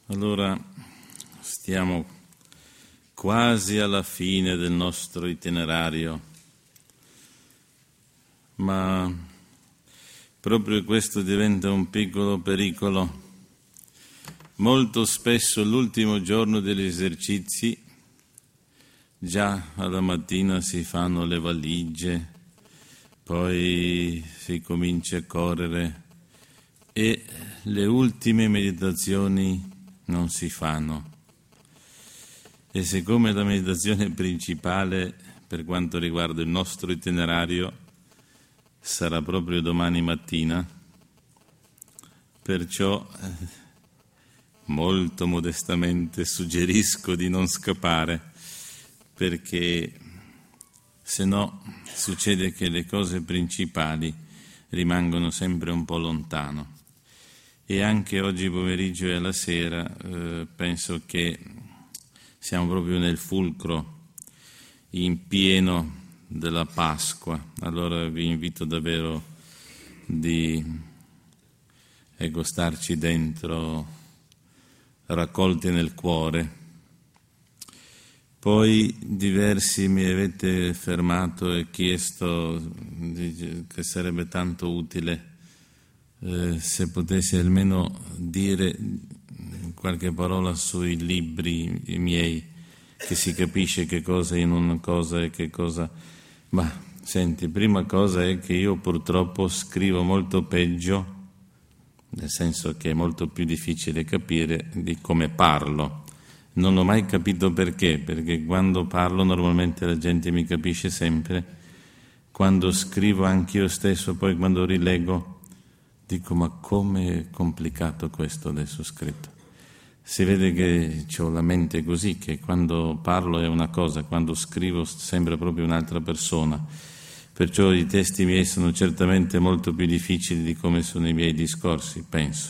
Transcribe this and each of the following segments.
Allora, stiamo quasi alla fine del nostro itinerario, ma proprio questo diventa un piccolo pericolo. Molto spesso l'ultimo giorno degli esercizi, già alla mattina si fanno le valigie, poi si comincia a correre e le ultime meditazioni non si fanno. E siccome la meditazione principale per quanto riguarda il nostro itinerario sarà proprio domani mattina, perciò molto modestamente suggerisco di non scappare, perché se no succede che le cose principali rimangono sempre un po' lontano. E anche oggi pomeriggio e alla sera penso che siamo proprio nel fulcro, in pieno della Pasqua. Allora vi invito davvero di starci dentro, raccolti nel cuore. Poi diversi mi avete fermato e chiesto che sarebbe tanto utile se potessi almeno dire qualche parola sui libri miei, che si capisce che cosa è in una cosa e che cosa... Ma senti, prima cosa è che io purtroppo scrivo molto peggio, nel senso che è molto più difficile capire di come parlo. Non l'ho mai capito perché quando parlo normalmente la gente mi capisce sempre, quando scrivo anch'io stesso, poi quando rileggo dico ma come è complicato questo adesso scritto. Si vede che ho la mente così, che quando parlo è una cosa, quando scrivo sembra proprio un'altra persona. Perciò i testi miei sono certamente molto più difficili di come sono i miei discorsi, penso.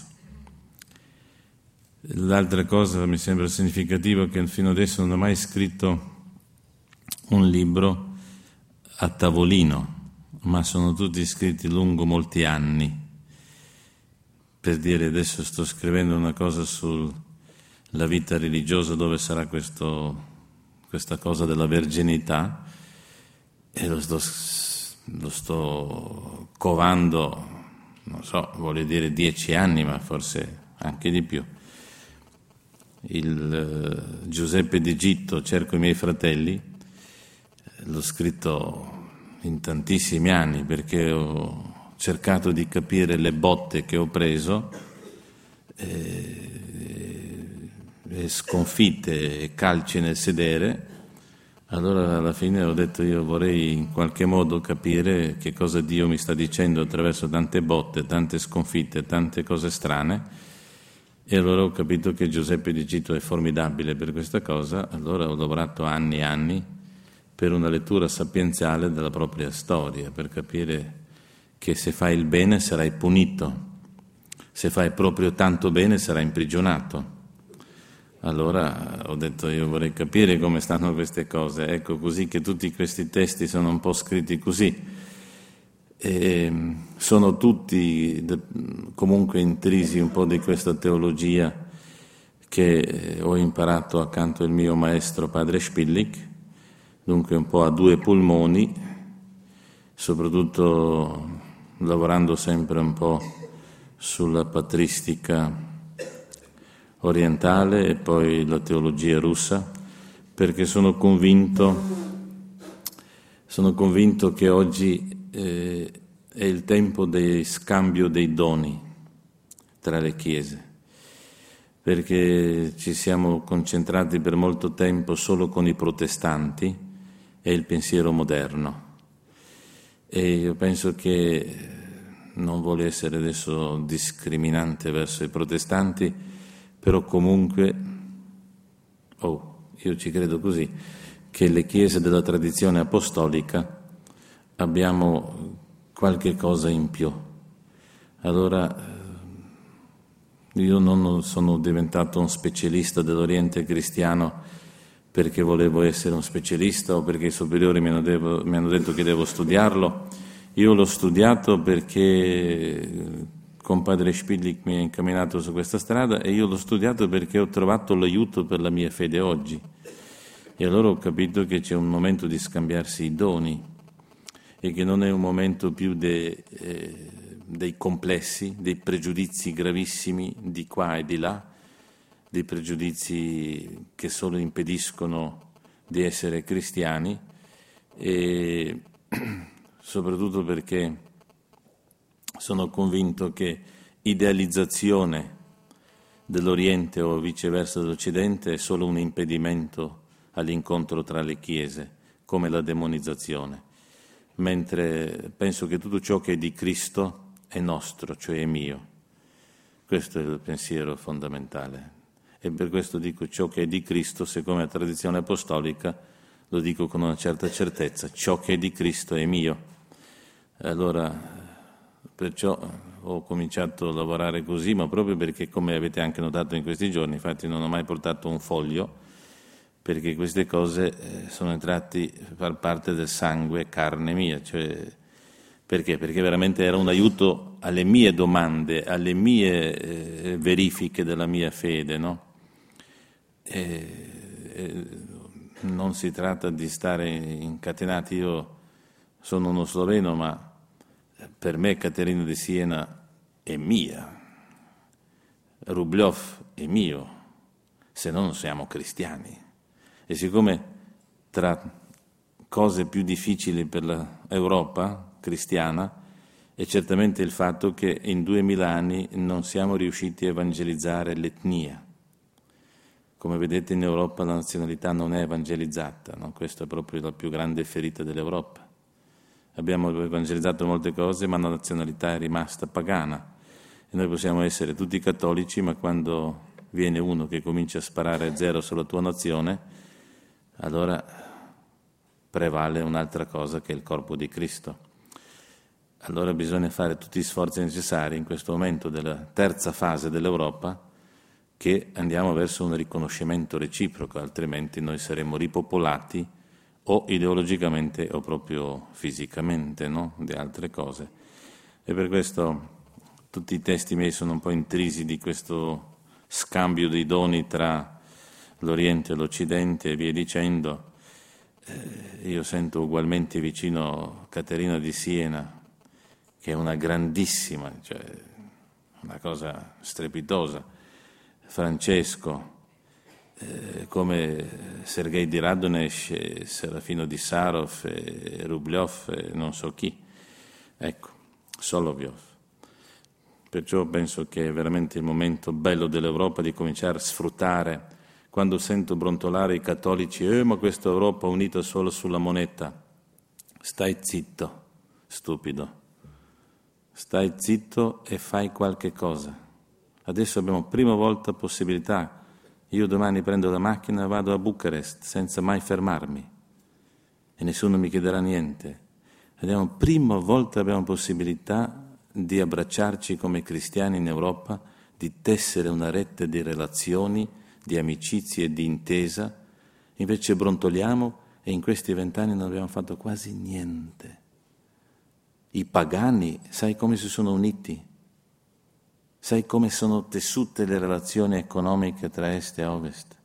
L'altra cosa mi sembra significativa è che fino adesso non ho mai scritto un libro a tavolino, ma sono tutti scritti lungo molti anni. Per dire, adesso sto scrivendo una cosa sulla vita religiosa, dove sarà questa cosa della verginità, e lo sto covando, non so, voglio dire 10 anni, ma forse anche di più. Il Giuseppe d'Egitto, Cerco i miei fratelli, l'ho scritto in tantissimi anni, perché ho cercato di capire le botte che ho preso, e sconfitte e calci nel sedere. Allora alla fine ho detto io vorrei in qualche modo capire che cosa Dio mi sta dicendo attraverso tante botte, tante sconfitte, tante cose strane, e allora ho capito che Giuseppe d'Egitto è formidabile per questa cosa. Allora ho lavorato anni e anni per una lettura sapienziale della propria storia, per capire che se fai il bene sarai punito, se fai proprio tanto bene sarai imprigionato. Allora ho detto io vorrei capire come stanno queste cose, ecco, così che tutti questi testi sono un po' scritti così, e sono tutti comunque intrisi un po' di questa teologia che ho imparato accanto al mio maestro padre Spillik, dunque un po' a due polmoni, soprattutto lavorando sempre un po' sulla patristica orientale e poi la teologia russa, perché sono convinto che oggi è il tempo del scambio dei doni tra le chiese, perché ci siamo concentrati per molto tempo solo con i protestanti e il pensiero moderno. E io penso che non vuole essere adesso discriminante verso i protestanti, però comunque, io ci credo così, che le chiese della tradizione apostolica abbiamo qualche cosa in più. Allora, io non sono diventato un specialista dell'Oriente cristiano perché volevo essere un specialista o perché i superiori mi hanno detto che devo studiarlo. Io l'ho studiato perché compadre Spidlik mi ha incamminato su questa strada e io l'ho studiato perché ho trovato l'aiuto per la mia fede oggi. E allora ho capito che c'è un momento di scambiarsi i doni e che non è un momento più dei complessi, dei pregiudizi gravissimi di qua e di là, dei pregiudizi che solo impediscono di essere cristiani, e soprattutto perché sono convinto che idealizzazione dell'Oriente o viceversa dell'Occidente è solo un impedimento all'incontro tra le chiese, come la demonizzazione, mentre penso che tutto ciò che è di Cristo è nostro, cioè è mio. Questo è il pensiero fondamentale. E per questo dico ciò che è di Cristo, secondo la tradizione apostolica, lo dico con una certa certezza, ciò che è di Cristo è mio. Allora, perciò ho cominciato a lavorare così, ma proprio perché, come avete anche notato in questi giorni, infatti non ho mai portato un foglio, perché queste cose sono entrate a far parte del sangue, carne mia, cioè perché? Perché veramente era un aiuto alle mie domande, alle mie verifiche della mia fede, no? Non si tratta di stare incatenati. Io sono uno sloveno, ma per me Caterina di Siena è mia, Rubliov è mio, se no non siamo cristiani. E siccome tra cose più difficili per l'Europa cristiana è certamente il fatto che in 2000 anni non siamo riusciti a evangelizzare l'etnia. Come vedete in Europa la nazionalità non è evangelizzata, no? Questa è proprio la più grande ferita dell'Europa. Abbiamo evangelizzato molte cose, ma la nazionalità è rimasta pagana. E noi possiamo essere tutti cattolici, ma quando viene uno che comincia a sparare a zero sulla tua nazione, allora prevale un'altra cosa che è il corpo di Cristo. Allora bisogna fare tutti gli sforzi necessari in questo momento della terza fase dell'Europa, che andiamo verso un riconoscimento reciproco, altrimenti noi saremo ripopolati o ideologicamente o proprio fisicamente, no? Di altre cose. E per questo tutti i testi miei sono un po' intrisi di questo scambio dei doni tra l'Oriente e l'Occidente e via dicendo. Io sento ugualmente vicino Caterina di Siena, che è una grandissima, cioè una cosa strepitosa, Francesco, come Sergei di Radonesh, Serafino di Sarov, Rubliov, non so chi, ecco, Solovyov. Perciò penso che è veramente il momento bello dell'Europa di cominciare a sfruttare. Quando sento brontolare i cattolici, ma questa Europa unita solo sulla moneta, stai zitto, stupido, stai zitto e fai qualche cosa. Adesso abbiamo prima volta possibilità, io domani prendo la macchina e vado a Bucarest senza mai fermarmi e nessuno mi chiederà niente. Prima volta abbiamo possibilità di abbracciarci come cristiani in Europa, di tessere una rete di relazioni, di amicizie e di intesa, invece brontoliamo e in questi 20 anni non abbiamo fatto quasi niente. I pagani, sai come si sono uniti? Sai come sono tessute le relazioni economiche tra est e ovest?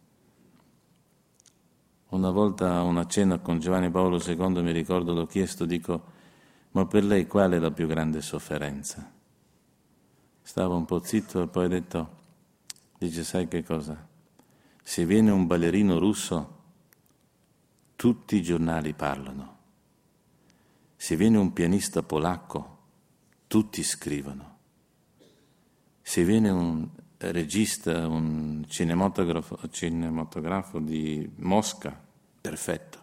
Una volta a una cena con Giovanni Paolo II, mi ricordo, l'ho chiesto, dico, ma per lei qual è la più grande sofferenza? Stavo un po' zitto e poi ha detto, dice, sai che cosa? Se viene un ballerino russo, tutti i giornali parlano. Se viene un pianista polacco, tutti scrivono. Se viene un regista, un cinematografo di Mosca, perfetto.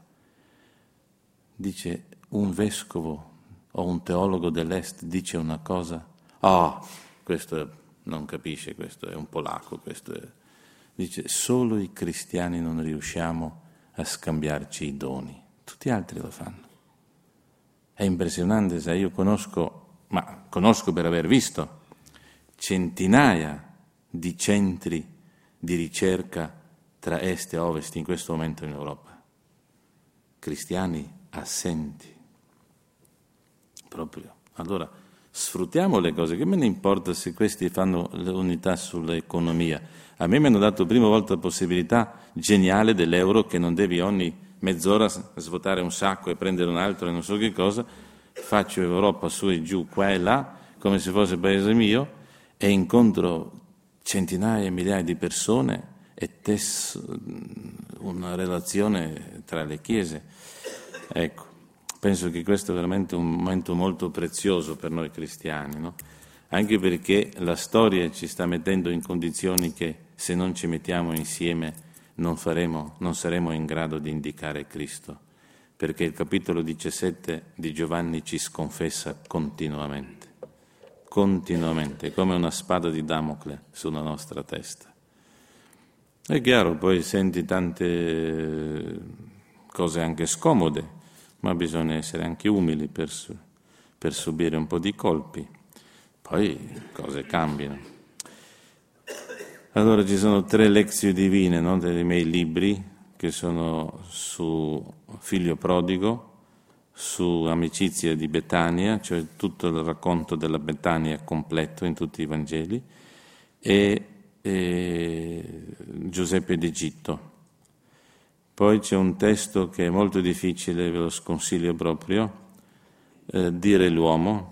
Dice un vescovo o un teologo dell'Est dice una cosa, questo non capisce, questo è un polacco, questo è... Dice, solo i cristiani non riusciamo a scambiarci i doni, tutti gli altri lo fanno. È impressionante, sai, io conosco per aver visto centinaia di centri di ricerca tra est e ovest in questo momento in Europa. Cristiani assenti, proprio. Allora, Sfruttiamo le cose, che me ne importa se questi fanno l'unità sull'economia? A me mi hanno dato prima volta la possibilità geniale dell'euro, che non devi ogni mezz'ora svuotare un sacco e prendere un altro e non so che cosa. Faccio Europa su e giù, qua e là, come se fosse paese mio, e incontro centinaia e migliaia di persone e tesso una relazione tra le chiese. Ecco, penso che questo è veramente un momento molto prezioso per noi cristiani, no? Anche perché la storia ci sta mettendo in condizioni che, se non ci mettiamo insieme, non saremo in grado di indicare Cristo, perché il capitolo 17 di Giovanni ci sconfessa continuamente, come una spada di Damocle sulla nostra testa. È chiaro, poi senti tante cose anche scomode, ma bisogna essere anche umili per subire un po' di colpi, poi cose cambiano. Allora ci sono 3 lezioni divine, no, dei miei libri, che sono su Figlio prodigo, su Amicizia di Betania, cioè tutto il racconto della Betania completo in tutti i Vangeli, e Giuseppe d'Egitto. Poi c'è un testo che è molto difficile, ve lo sconsiglio proprio, Dire l'uomo,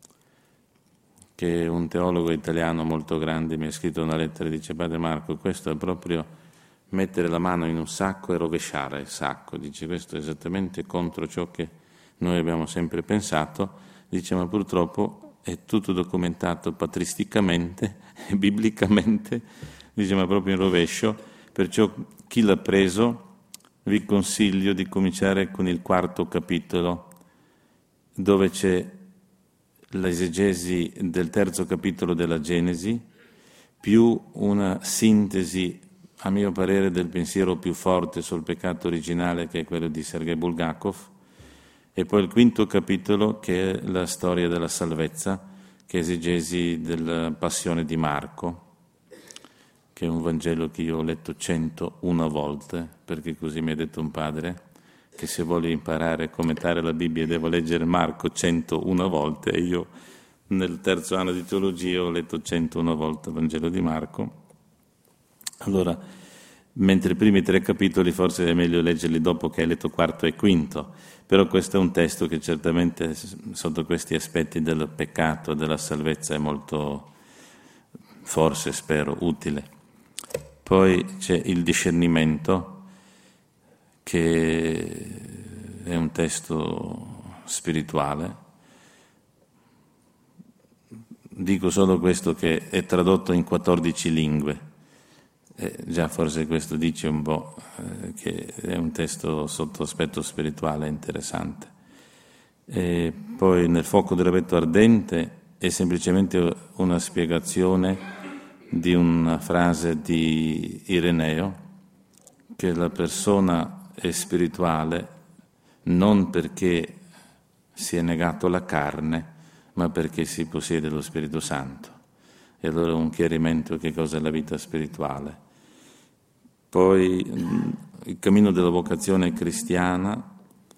che un teologo italiano molto grande mi ha scritto una lettera e dice: Padre Marco, questo è proprio mettere la mano in un sacco e rovesciare il sacco, dice, questo è esattamente contro ciò che noi abbiamo sempre pensato, dice, ma purtroppo è tutto documentato patristicamente e biblicamente, dice, ma proprio in rovescio, perciò chi l'ha preso vi consiglio di cominciare con il 4° capitolo, dove c'è l'esegesi del 3° capitolo della Genesi, più una sintesi, a mio parere, del pensiero più forte sul peccato originale, che è quello di Sergei Bulgakov, e poi il 5° capitolo, che è la storia della salvezza, che è esegesi della passione di Marco, che è un Vangelo che io ho letto 101 volte, perché così mi ha detto un padre, che se voglio imparare a commentare la Bibbia devo leggere Marco 101 volte, e io nel 3° anno di teologia ho letto 101 volte il Vangelo di Marco. Allora, mentre i primi 3 capitoli forse è meglio leggerli dopo che hai letto 4° e 5°, però questo è un testo che certamente sotto questi aspetti del peccato, della salvezza, è molto, forse spero, utile. Poi c'è il discernimento, che è un testo spirituale. Dico solo questo, che è tradotto in 14 lingue. Già forse questo dice un po' che è un testo sotto aspetto spirituale interessante. E poi nel fuoco dell'abeto ardente è semplicemente una spiegazione di una frase di Ireneo, che la persona è spirituale non perché si è negato la carne, ma perché si possiede lo Spirito Santo. E allora un chiarimento che cosa è la vita spirituale. Poi il cammino della vocazione cristiana,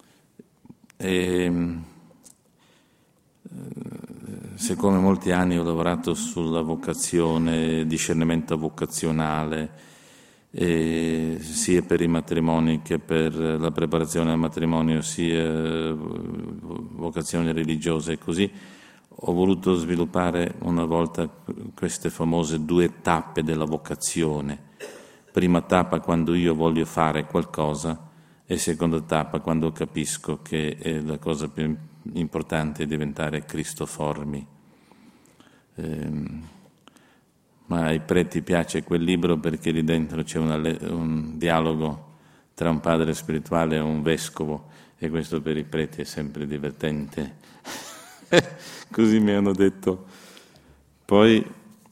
siccome molti anni ho lavorato sulla vocazione, discernimento vocazionale, sia per i matrimoni che per la preparazione al matrimonio, sia vocazione religiosa e così, ho voluto sviluppare una volta queste famose 2 tappe della vocazione. Prima tappa quando io voglio fare qualcosa e seconda tappa quando capisco che la cosa più importante è diventare cristoformi. Ma ai preti piace quel libro perché lì dentro c'è un dialogo tra un padre spirituale e un vescovo, e questo per i preti è sempre divertente. Così mi hanno detto. Poi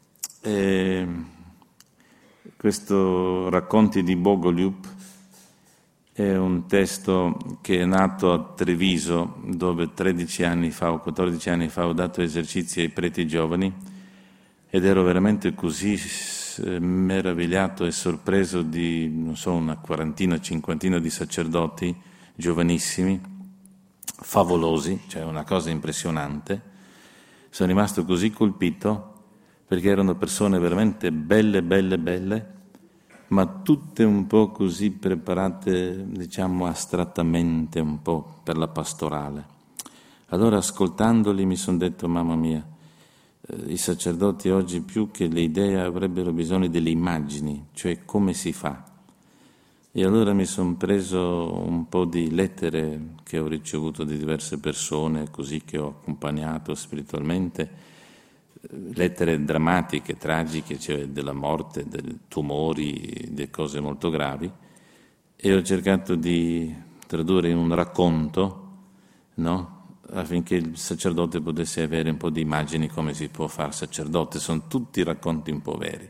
questo Racconti di Bogolyub è un testo che è nato a Treviso, dove 13 anni fa o 14 anni fa ho dato esercizi ai preti giovani, ed ero veramente così meravigliato e sorpreso di, non so, una 40, 50 di sacerdoti giovanissimi, favolosi, cioè una cosa impressionante, Sono rimasto così colpito perché erano persone veramente belle, belle, belle, ma tutte un po' così preparate, diciamo, astrattamente, un po' per la pastorale. Allora, ascoltandoli, mi sono detto, mamma mia, i sacerdoti oggi più che le idee avrebbero bisogno delle immagini, cioè come si fa. E allora mi sono preso un po' di lettere che ho ricevuto di diverse persone, così che ho accompagnato spiritualmente, lettere drammatiche, tragiche, cioè della morte, dei tumori, di cose molto gravi, e ho cercato di tradurre in un racconto, no? Affinché il sacerdote potesse avere un po' di immagini come si può fare sacerdote. Sono tutti racconti un po' veri.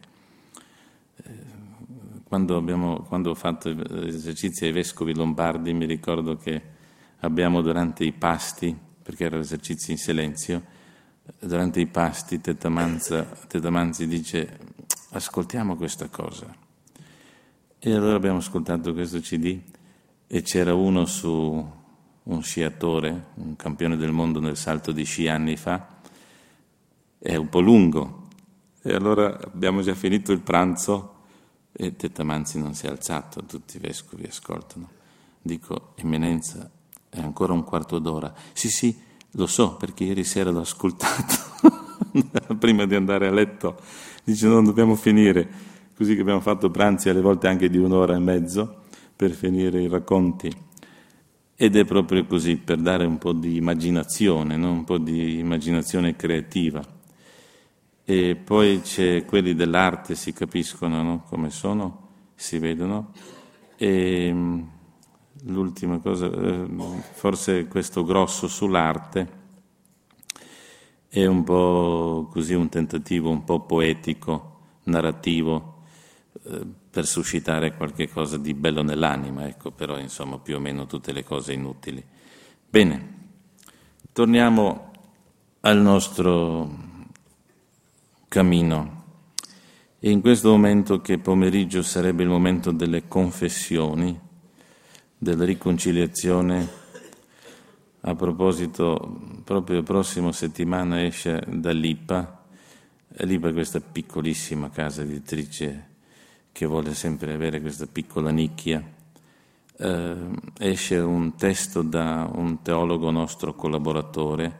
Quando ho fatto esercizi ai vescovi lombardi, mi ricordo che abbiamo durante i pasti, perché erano esercizi in silenzio, durante i pasti Teta Manzi dice: ascoltiamo questa cosa. E allora abbiamo ascoltato questo CD e c'era uno su un sciatore, un campione del mondo nel salto di sci anni fa, è un po' lungo. E allora abbiamo già finito il pranzo e Teta Manzi non si è alzato, tutti i vescovi ascoltano. Dico: Eminenza, è ancora un quarto d'ora. Sì, lo so, perché ieri sera l'ho ascoltato prima di andare a letto. Dice: non dobbiamo finire, così che abbiamo fatto pranzi alle volte anche di 1 ora e mezzo per finire i racconti. Ed è proprio così, per dare un po' di immaginazione, no? Un po' di immaginazione creativa. E poi c'è quelli dell'arte, si capiscono, no? Come sono, si vedono. E l'ultima cosa, forse questo grosso sull'arte è un po' così un tentativo un po' poetico, narrativo, per suscitare qualche cosa di bello nell'anima, ecco, però insomma più o meno tutte le cose inutili. Bene, torniamo al nostro cammino. E in questo momento, che pomeriggio sarebbe il momento delle confessioni, della riconciliazione, a proposito, proprio la prossima settimana esce da Lipa. Lipa è questa piccolissima casa editrice che vuole sempre avere questa piccola nicchia. Esce un testo da un teologo nostro collaboratore,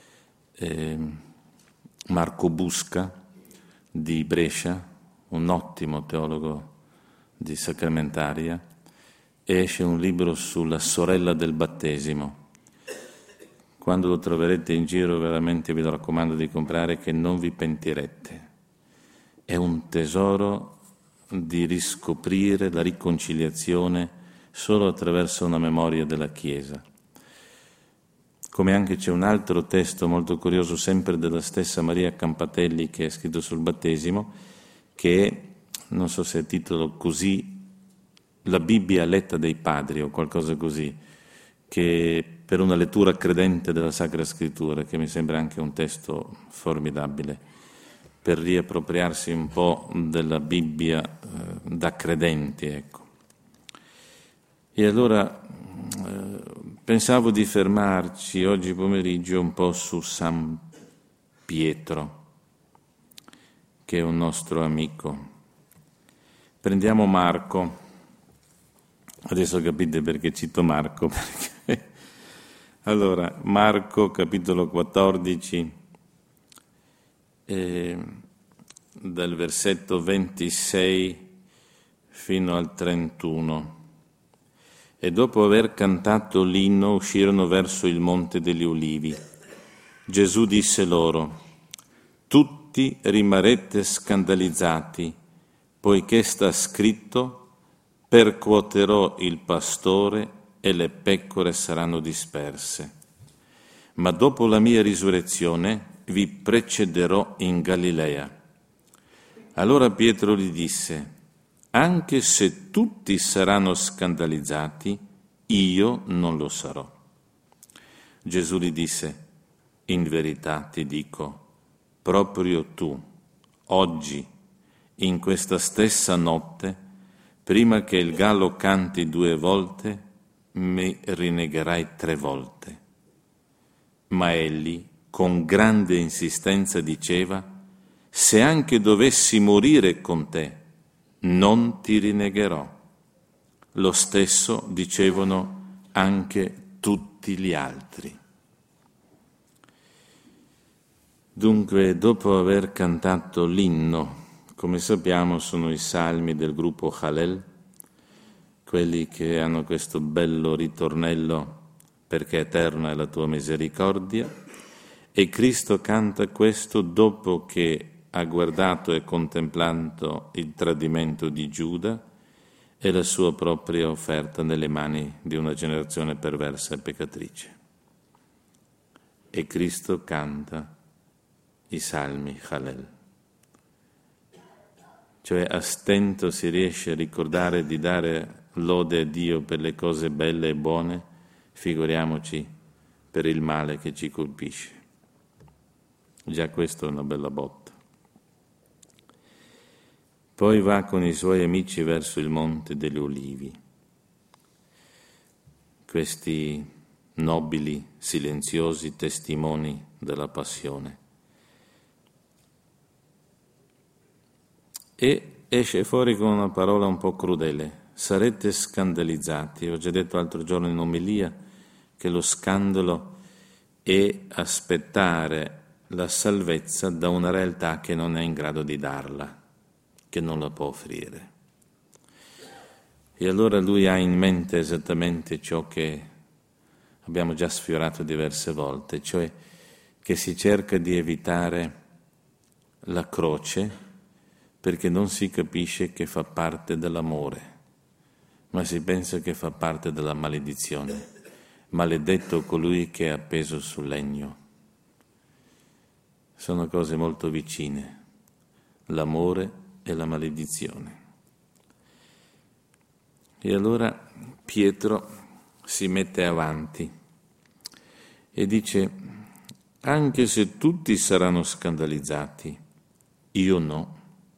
Marco Busca di Brescia, un ottimo teologo di sacramentaria, e esce un libro sulla sorella del battesimo. Quando lo troverete in giro veramente vi raccomando di comprare, che non vi pentirete. È un tesoro di riscoprire la riconciliazione solo attraverso una memoria della Chiesa. Come anche c'è un altro testo molto curioso, sempre della stessa Maria Campatelli, che è scritto sul battesimo, che è, non so se è titolo così, La Bibbia letta dai padri o qualcosa così, che per una lettura credente della Sacra Scrittura, che mi sembra anche un testo formidabile, per riappropriarsi un po' della Bibbia da credenti, ecco. E allora pensavo di fermarci oggi pomeriggio un po' su San Pietro, che è un nostro amico. Prendiamo Marco. Adesso capite perché cito Marco, perché allora, Marco, capitolo 14, dal versetto 26 fino al 31. E dopo aver cantato l'inno uscirono verso il Monte degli Ulivi. Gesù disse loro: tutti rimarrete scandalizzati, poiché sta scritto: percuoterò il pastore e le pecore saranno disperse. Ma dopo la mia risurrezione vi precederò in Galilea. Allora Pietro gli disse: anche se tutti saranno scandalizzati, io non lo sarò. Gesù gli disse: in verità ti dico, proprio tu, oggi, in questa stessa notte, prima che il gallo canti 2 volte, mi rinnegherai 3 volte. Ma egli con grande insistenza diceva: se anche dovessi morire con te, non ti rinnegherò. Lo stesso dicevano anche tutti gli altri. Dunque, dopo aver cantato l'inno, come sappiamo sono i salmi del gruppo Hallel, quelli che hanno questo bello ritornello: perché eterna è la tua misericordia, e Cristo canta questo dopo che ha guardato e contemplato il tradimento di Giuda e la sua propria offerta nelle mani di una generazione perversa e peccatrice. E Cristo canta i salmi Hallel. Cioè a stento si riesce a ricordare di dare lode a Dio per le cose belle e buone, figuriamoci per il male che ci colpisce. Già questo è una bella botta. Poi va con i suoi amici verso il Monte degli Ulivi. Questi nobili, silenziosi testimoni della passione. E esce fuori con una parola un po' crudele: sarete scandalizzati. Ho già detto l'altro giorno in omelia che lo scandalo è aspettare la salvezza da una realtà che non è in grado di darla, che non la può offrire. E allora lui ha in mente esattamente ciò che abbiamo già sfiorato diverse volte, cioè che si cerca di evitare la croce perché non si capisce che fa parte dell'amore, ma si pensa che fa parte della maledizione. Maledetto colui che è appeso sul legno. Sono cose molto vicine, l'amore e la maledizione. E allora Pietro si mette avanti e dice: anche se tutti saranno scandalizzati, io no.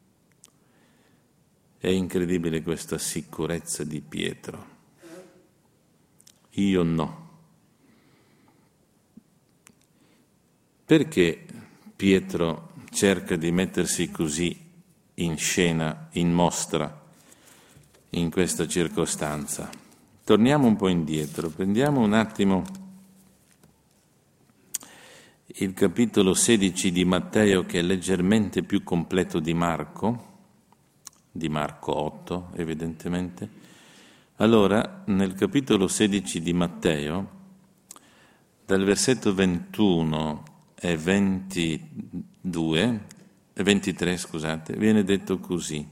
È incredibile questa sicurezza di Pietro. Io no. Perché Pietro cerca di mettersi così in scena, in mostra, in questa circostanza? Torniamo un po' indietro, prendiamo un attimo il capitolo 16 di Matteo, che è leggermente più completo di Marco 8 evidentemente. Allora, nel capitolo 16 di Matteo, dal versetto 21 e 23, viene detto così: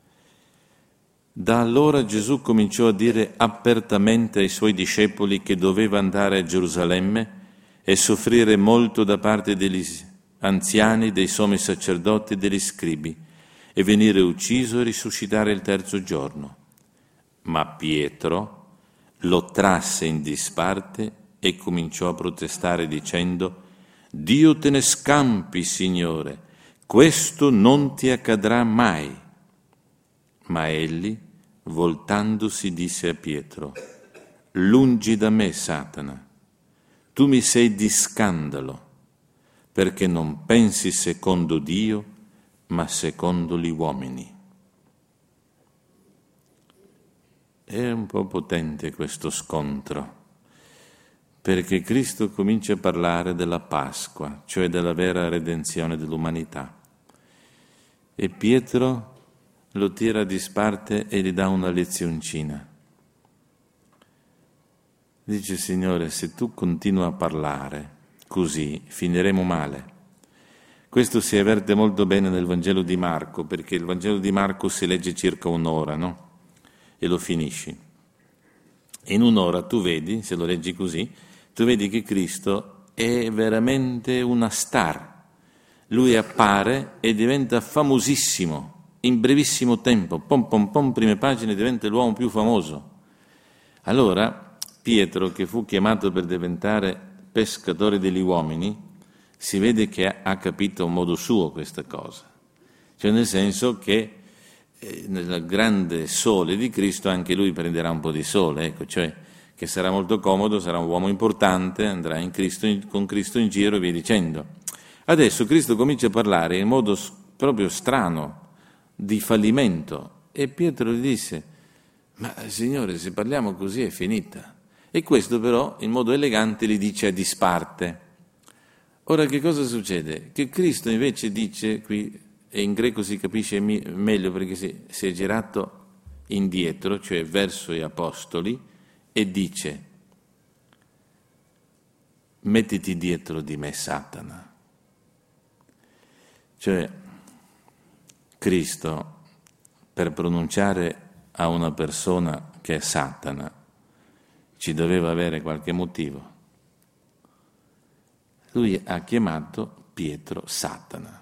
da allora Gesù cominciò a dire apertamente ai suoi discepoli che doveva andare a Gerusalemme e soffrire molto da parte degli anziani, dei sommi sacerdoti e degli scribi, e venire ucciso e risuscitare il terzo giorno. Ma Pietro lo trasse in disparte e cominciò a protestare dicendo: Dio te ne scampi, Signore, questo non ti accadrà mai. Ma egli, voltandosi, disse a Pietro: lungi da me, Satana, tu mi sei di scandalo, perché non pensi secondo Dio, ma secondo gli uomini. È un po' potente questo scontro, perché Cristo comincia a parlare della Pasqua, cioè della vera redenzione dell'umanità. E Pietro lo tira a disparte e gli dà una lezioncina. Dice: Signore, se tu continui a parlare così, finiremo male. Questo si avverte molto bene nel Vangelo di Marco, perché il Vangelo di Marco si legge circa un'ora, no? E lo finisci. In un'ora tu vedi, se lo leggi così, tu vedi che Cristo è veramente una star. Lui appare e diventa famosissimo in brevissimo tempo. Pom pom pom, prime pagine, diventa l'uomo più famoso. Allora Pietro, che fu chiamato per diventare pescatore degli uomini, si vede che ha capito a modo suo questa cosa, cioè nel senso che nel grande sole di Cristo anche lui prenderà un po' di sole, ecco, cioè che sarà molto comodo, sarà un uomo importante, andrà con Cristo in giro e via dicendo. Adesso Cristo comincia a parlare in modo proprio strano di fallimento e Pietro gli disse: ma Signore, se parliamo così è finita. E questo però in modo elegante gli dice a disparte. Ora che cosa succede? Che Cristo invece dice qui, e in greco si capisce meglio perché si è girato indietro, cioè verso gli apostoli, e dice: mettiti dietro di me, Satana. Cioè, Cristo, per pronunciare a una persona che è Satana, ci doveva avere qualche motivo. Lui ha chiamato Pietro Satana.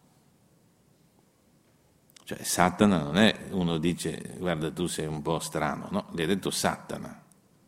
Cioè, Satana non è, uno dice, guarda tu sei un po' strano, no, gli ha detto Satana.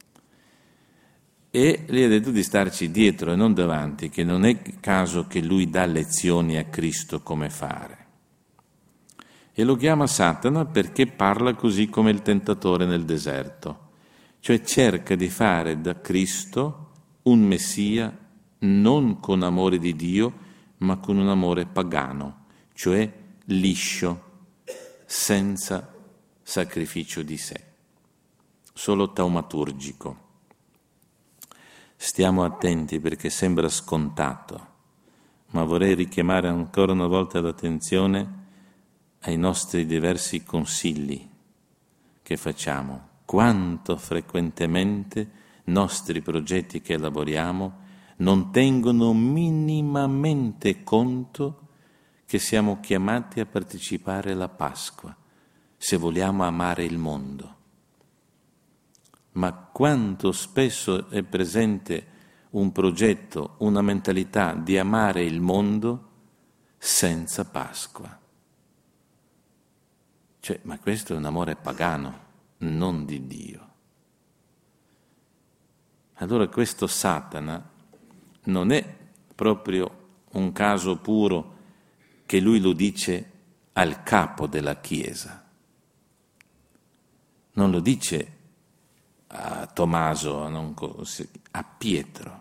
E gli ha detto di starci dietro e non davanti, che non è caso che lui dà lezioni a Cristo come fare. E lo chiama Satana perché parla così come il tentatore nel deserto, cioè cerca di fare da Cristo un Messia non con amore di Dio, ma con un amore pagano, cioè liscio, senza sacrificio di sé, solo taumaturgico. Stiamo attenti perché sembra scontato, ma vorrei richiamare ancora una volta l'attenzione ai nostri diversi consigli che facciamo. Quanto frequentemente nostri progetti che elaboriamo non tengono minimamente conto che siamo chiamati a partecipare alla Pasqua, se vogliamo amare il mondo. Ma quanto spesso è presente un progetto, una mentalità di amare il mondo senza Pasqua. Cioè, ma questo è un amore pagano, non di Dio. Allora questo Satana non è proprio un caso puro che lui lo dice al capo della Chiesa. Non lo dice a Tommaso, a Pietro,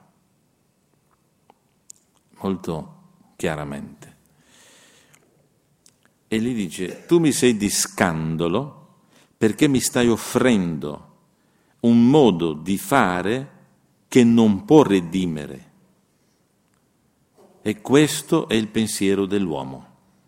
molto chiaramente. E gli dice: tu mi sei di scandalo perché mi stai offrendo un modo di fare che non può redimere. E questo è il pensiero dell'uomo.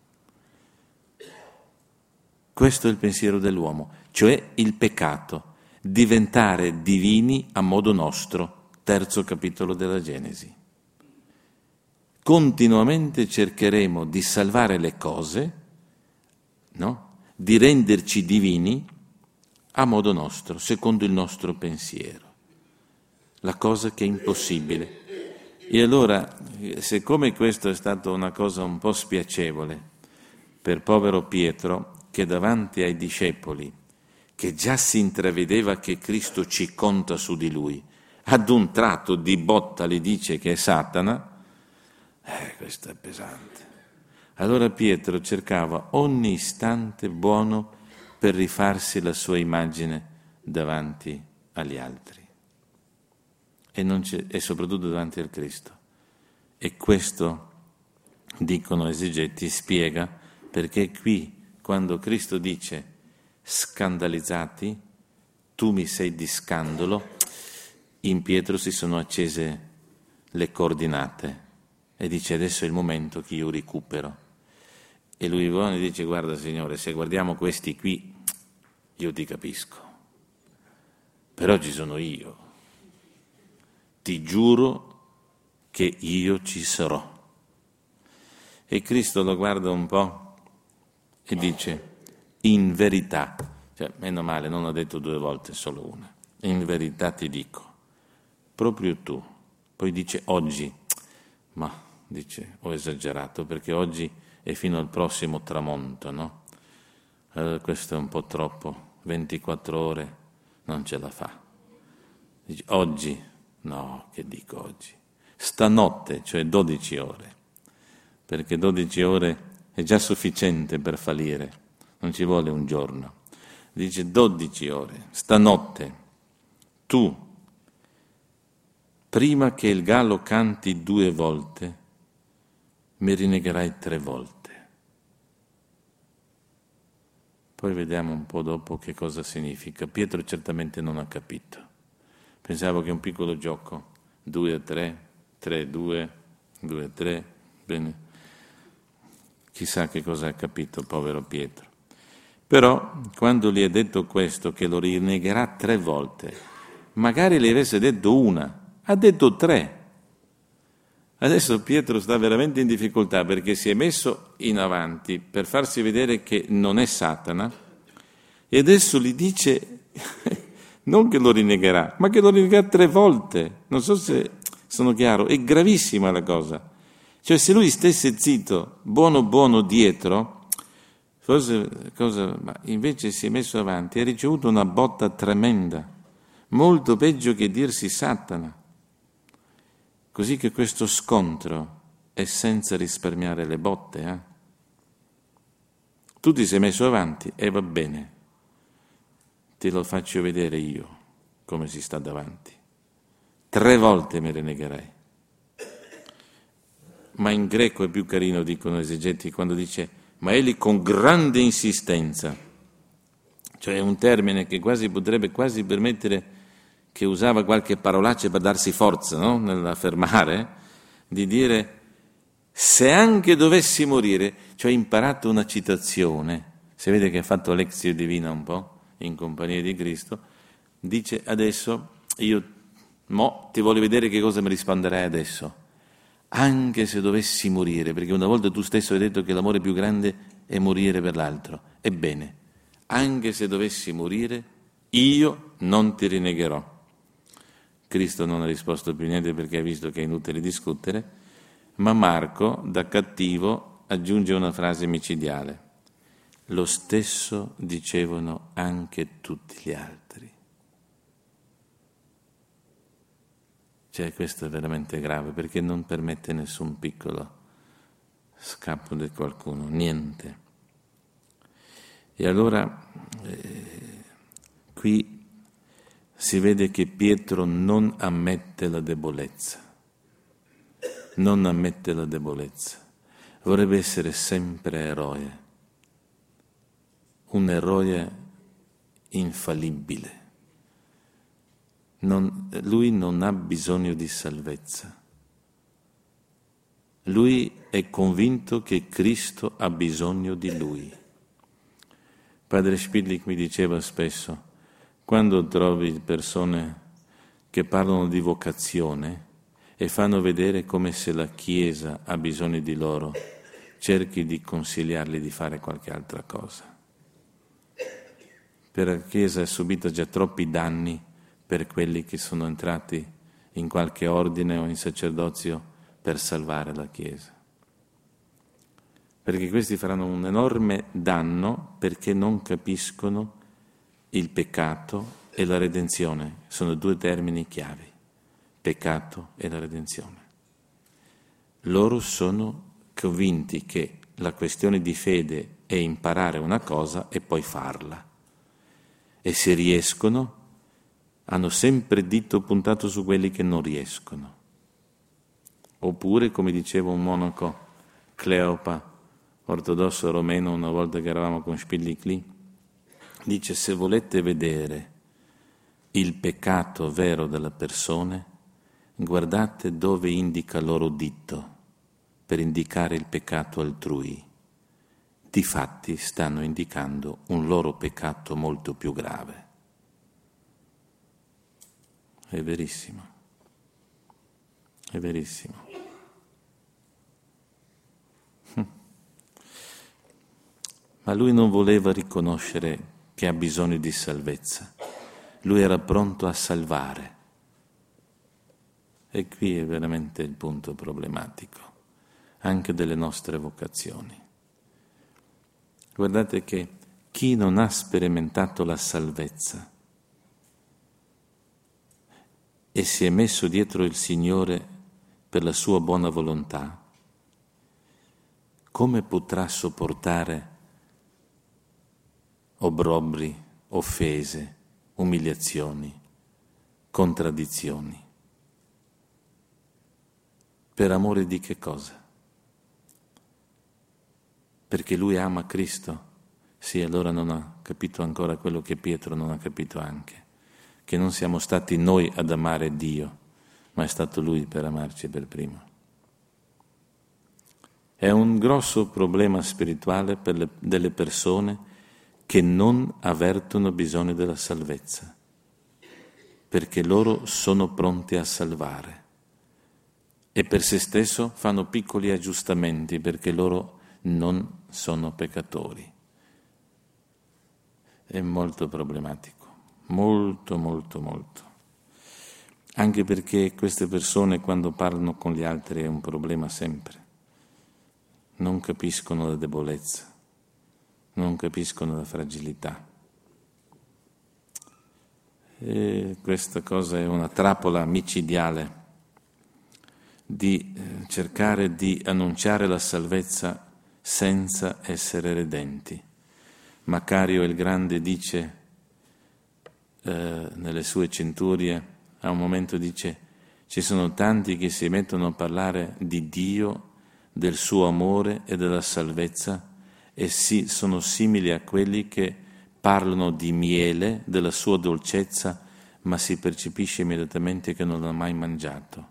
Questo è il pensiero dell'uomo, cioè il peccato. Diventare divini a modo nostro, 3° capitolo della Genesi. Continuamente cercheremo di salvare le cose, no? Di renderci divini a modo nostro, secondo il nostro pensiero. La cosa che è impossibile. E allora, siccome questo è stata una cosa un po' spiacevole per povero Pietro, che davanti ai discepoli, che già si intravedeva che Cristo ci conta su di lui, ad un tratto di botta le dice che è Satana, questo è pesante. Allora Pietro cercava ogni istante buono per rifarsi la sua immagine davanti agli altri e soprattutto davanti al Cristo. E questo, dicono esegeti, spiega perché qui, quando Cristo dice scandalizzati, tu mi sei di scandalo, in Pietro si sono accese le coordinate e dice: adesso è il momento che io recupero. E lui dice: guarda Signore, se guardiamo questi qui io ti capisco, però ci sono io, ti giuro che io ci sarò. E Cristo lo guarda un po' e dice: in verità, cioè meno male, non ha detto 2 volte, solo una, in verità ti dico, proprio tu. Poi dice oggi, ma dice ho esagerato perché oggi è fino al prossimo tramonto, no? Questo è un po' troppo, 24 ore non ce la fa. Dice oggi, no, che dico oggi? Stanotte, cioè 12 ore, perché 12 ore è già sufficiente per fallire, non ci vuole un giorno. Dice 12 ore, stanotte, tu prima che il gallo canti 2 volte, mi rinnegherai 3 volte. Poi vediamo un po' dopo che cosa significa. Pietro certamente non ha capito. Pensavo che un piccolo gioco, 2-3, 3-2, 2-3, bene. Chissà che cosa ha capito, povero Pietro. Però, quando gli ha detto questo, che lo rinnegherà 3 volte, magari le avesse detto una, ha detto 3. Adesso Pietro sta veramente in difficoltà perché si è messo in avanti per farsi vedere che non è Satana e adesso gli dice non che lo rinnegherà, ma che lo rinnegherà 3 volte. Non so se sono chiaro, è gravissima la cosa. Cioè se lui stesse zitto, buono dietro, forse cosa, ma invece si è messo avanti e ha ricevuto una botta tremenda, molto peggio che dirsi Satana. Così che questo scontro è senza risparmiare le botte. Tu ti sei messo avanti e va bene, te lo faccio vedere io come si sta davanti. 3 volte mi rinnegherai. Ma in greco è più carino, dicono gli esegeti, quando dice ma egli con grande insistenza, cioè è un termine che potrebbe quasi permettere che usava qualche parolaccia per darsi forza, no? Nell'affermare, di dire se anche dovessi morire, cioè ha imparato una citazione, si vede che ha fatto Lexio Divina un po' in compagnia di Cristo, dice adesso io ti voglio vedere che cosa mi risponderai adesso, anche se dovessi morire, perché una volta tu stesso hai detto che l'amore più grande è morire per l'altro, ebbene, anche se dovessi morire, io non ti rinnegherò. Cristo non ha risposto più niente perché ha visto che è inutile discutere, ma Marco, da cattivo, aggiunge una frase micidiale. Lo stesso dicevano anche tutti gli altri. Cioè questo è veramente grave perché non permette nessun piccolo scappo di qualcuno, niente. E allora qui si vede che Pietro non ammette la debolezza, vorrebbe essere sempre eroe, un eroe infallibile. Lui non ha bisogno di salvezza, lui è convinto che Cristo ha bisogno di lui. Padre Spidlich mi diceva spesso, quando trovi persone che parlano di vocazione e fanno vedere come se la Chiesa ha bisogno di loro, cerchi di consigliarli di fare qualche altra cosa. Per la Chiesa ha subito già troppi danni per quelli che sono entrati in qualche ordine o in sacerdozio per salvare la Chiesa. Perché questi faranno un enorme danno perché non capiscono il peccato e la redenzione. Sono 2 termini chiavi, peccato e la redenzione. Loro sono convinti che la questione di fede è imparare una cosa e poi farla. E se riescono, hanno sempre il dito puntato su quelli che non riescono. Oppure, come diceva un monaco, Cleopa, ortodosso romeno, una volta che eravamo con Spidlich lì, dice se volete vedere il peccato vero della persona, guardate dove indica il loro dito per indicare il peccato altrui. Difatti stanno indicando un loro peccato molto più grave. È verissimo. È verissimo. Ma lui non voleva riconoscere che ha bisogno di salvezza. Lui era pronto a salvare. E qui è veramente il punto problematico, anche delle nostre vocazioni. Guardate che chi non ha sperimentato la salvezza e si è messo dietro il Signore per la sua buona volontà, come potrà sopportare obbrobri, offese, umiliazioni, contraddizioni? Per amore di che cosa? Perché lui ama Cristo? Sì, allora non ha capito ancora quello che Pietro non ha capito anche, che non siamo stati noi ad amare Dio, ma è stato Lui per amarci per primo. È un grosso problema spirituale delle persone che non avvertono bisogno della salvezza, perché loro sono pronti a salvare e per se stesso fanno piccoli aggiustamenti perché loro non sono peccatori. È molto problematico, molto, molto, molto. Anche perché queste persone quando parlano con gli altri è un problema sempre. Non capiscono la debolezza, non capiscono la fragilità. E questa cosa è una trappola micidiale di cercare di annunciare la salvezza senza essere redenti. Macario il Grande dice nelle sue centurie, a un momento dice, ci sono tanti che si mettono a parlare di Dio, del suo amore e della salvezza e sono simili a quelli che parlano di miele, della sua dolcezza, ma si percepisce immediatamente che non l'ha mai mangiato.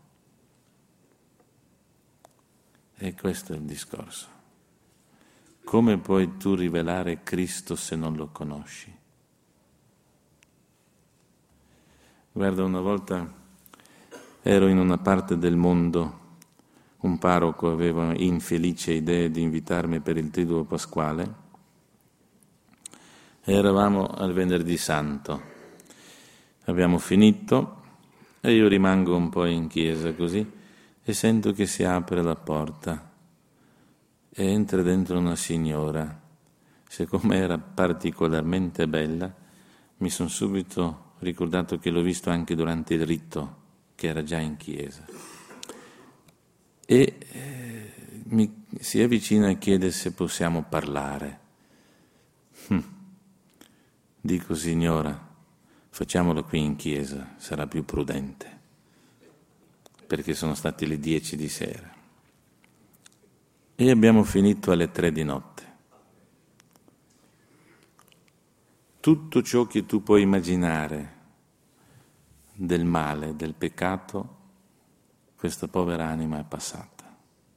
E questo è il discorso. Come puoi tu rivelare Cristo se non lo conosci? Guarda, una volta ero in una parte del mondo, un parroco aveva infelice idea di invitarmi per il Triduo Pasquale e eravamo al Venerdì Santo. Abbiamo finito e io rimango un po' in chiesa così e sento che si apre la porta e entra dentro una signora. Siccome era particolarmente bella, mi sono subito ricordato che l'ho visto anche durante il rito, che era già in chiesa. E si avvicina e chiede se possiamo parlare. Dico, signora, facciamolo qui in chiesa, sarà più prudente, perché sono state le 10 di sera. E abbiamo finito alle 3 di notte. Tutto ciò che tu puoi immaginare del male, del peccato, questa povera anima è passata.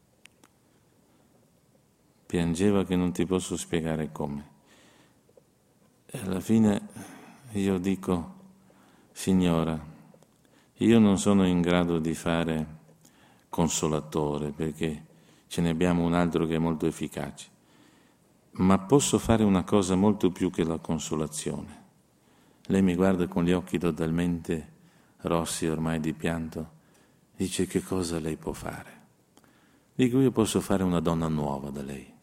Piangeva che non ti posso spiegare come. E alla fine io dico, signora, io non sono in grado di fare consolatore, perché ce ne abbiamo un altro che è molto efficace, ma posso fare una cosa molto più che la consolazione. Lei mi guarda con gli occhi totalmente rossi ormai di pianto, dice, che cosa lei può fare? Dico, io posso fare una donna nuova da lei.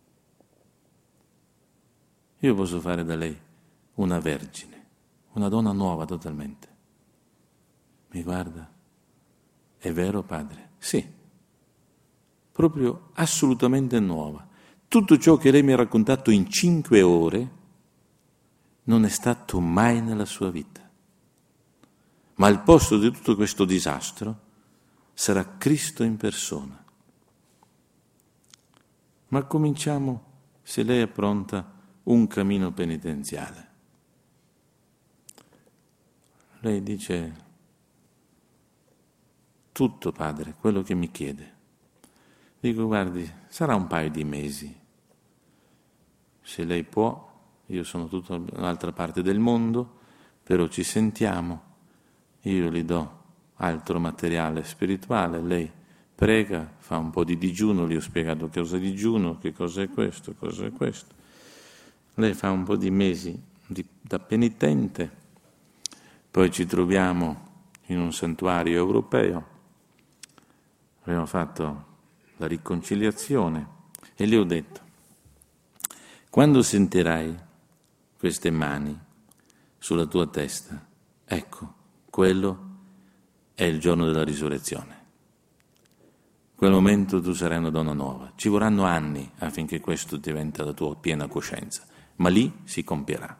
Io posso fare da lei una vergine, una donna nuova totalmente. Mi guarda, è vero padre? Sì, proprio assolutamente nuova. Tutto ciò che lei mi ha raccontato in 5 ore non è stato mai nella sua vita. Ma al posto di tutto questo disastro sarà Cristo in persona. Ma cominciamo, se lei è pronta, un cammino penitenziale. Lei dice, tutto padre, quello che mi chiede. Dico, guardi, sarà un paio di mesi. Se lei può, io sono tutta un'altra parte del mondo, però ci sentiamo, io le do altro materiale spirituale, lei prega, fa un po' di digiuno, gli ho spiegato cosa è digiuno, che cosa è questo, cosa è questo. Lei fa un po' di mesi da penitente, poi ci troviamo in un santuario europeo, abbiamo fatto la riconciliazione e le ho detto, quando sentirai queste mani sulla tua testa, ecco, quello è il giorno della risurrezione. In quel momento tu sarai una donna nuova. Ci vorranno anni affinché questo diventi la tua piena coscienza, ma lì si compierà.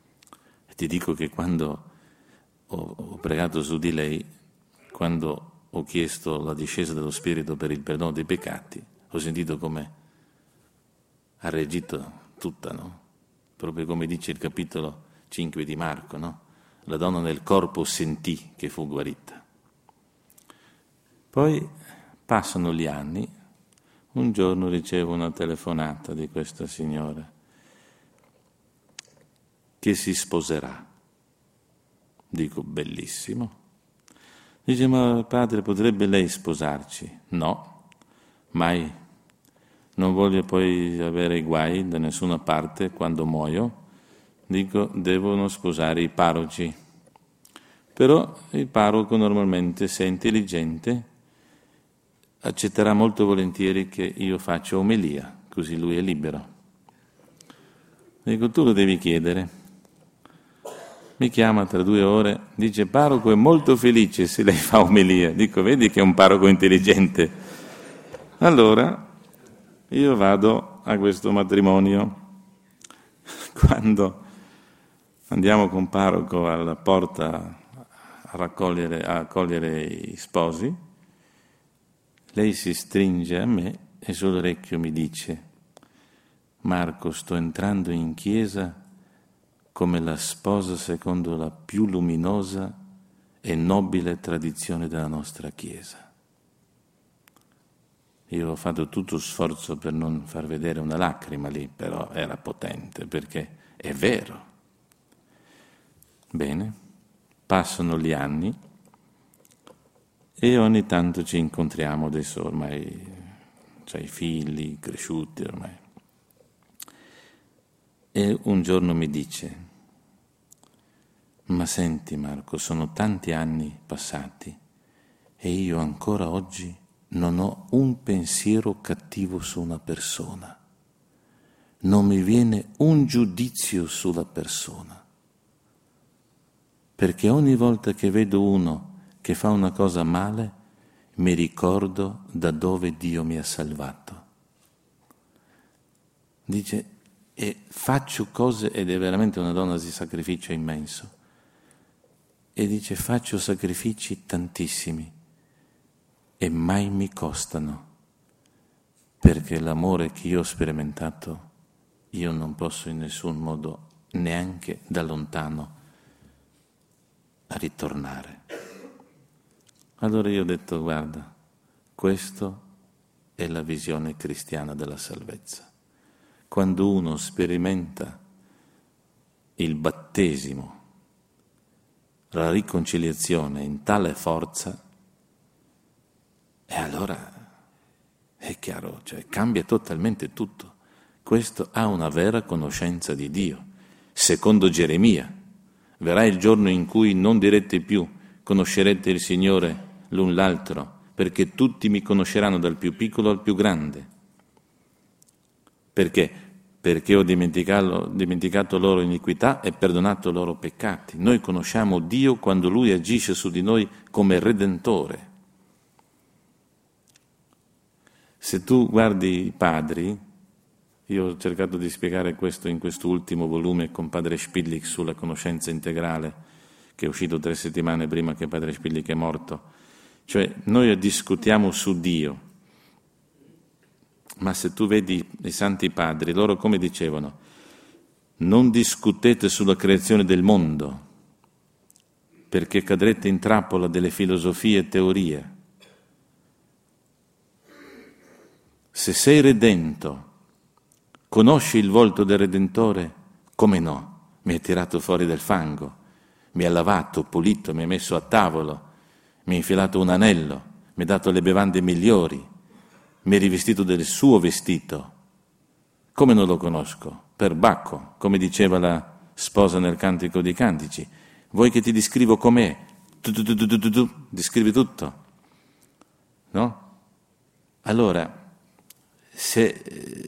E ti dico che quando ho pregato su di lei, quando ho chiesto la discesa dello Spirito per il perdono dei peccati, ho sentito come ha reagito tutta, no? Proprio come dice il capitolo 5 di Marco, no? La donna nel corpo sentì che fu guarita. Poi passano gli anni, un giorno ricevo una telefonata di questa signora che si sposerà. Dico, bellissimo. Dice, ma padre, potrebbe lei sposarci? No, mai. Non voglio poi avere guai da nessuna parte quando muoio. Dico, devono sposare i parroci. Però il parroco normalmente, se è intelligente, accetterà molto volentieri che io faccia omelia, così lui è libero. Dico, tu lo devi chiedere. Mi chiama tra 2 ore, dice, parroco è molto felice se lei fa omelia. Dico, vedi che è un parroco intelligente. Allora, io vado a questo matrimonio. Quando andiamo con parroco alla porta a accogliere i sposi, lei si stringe a me e sull'orecchio mi dice, Marco, sto entrando in chiesa come la sposa secondo la più luminosa e nobile tradizione della nostra Chiesa. Io ho fatto tutto sforzo per non far vedere una lacrima lì, però era potente, perché è vero. Bene, passano gli anni e ogni tanto ci incontriamo, adesso ormai c'hai figli cresciuti ormai. E un giorno mi dice, ma senti Marco, sono tanti anni passati e io ancora oggi non ho un pensiero cattivo su una persona, non mi viene un giudizio sulla persona, perché ogni volta che vedo uno che fa una cosa male mi ricordo da dove Dio mi ha salvato. Dice, e faccio cose, ed è veramente una donna di sacrificio immenso, e dice faccio sacrifici tantissimi e mai mi costano, perché l'amore che io ho sperimentato io non posso in nessun modo, neanche da lontano, a ritornare. Allora io ho detto, guarda, questa è la visione cristiana della salvezza. Quando uno sperimenta il battesimo, la riconciliazione in tale forza, e allora è chiaro, cioè cambia totalmente tutto. Questo ha una vera conoscenza di Dio. Secondo Geremia, verrà il giorno in cui non direte più, conoscerete il Signore l'un l'altro, perché tutti mi conosceranno dal più piccolo al più grande. Perché? Perché ho dimenticato loro iniquità e perdonato loro peccati. Noi conosciamo Dio quando Lui agisce su di noi come Redentore. Se tu guardi i padri, io ho cercato di spiegare questo in questo ultimo volume con padre Spillik sulla conoscenza integrale, che è uscito 3 settimane prima che padre Spillik è morto. Cioè, noi discutiamo su Dio, ma se tu vedi i santi padri, loro come dicevano, non discutete sulla creazione del mondo, perché cadrete in trappola delle filosofie e teorie. Se sei redento, conosci il volto del Redentore? Come no? Mi hai tirato fuori dal fango, mi ha lavato, pulito, mi ha messo a tavolo, mi ha infilato un anello, mi ha dato le bevande migliori, mi ha rivestito del suo vestito. Come non lo conosco? Per Bacco, come diceva la sposa nel Cantico dei Cantici. Vuoi che ti descrivo com'è? Tu, descrivi tutto. No? Allora, se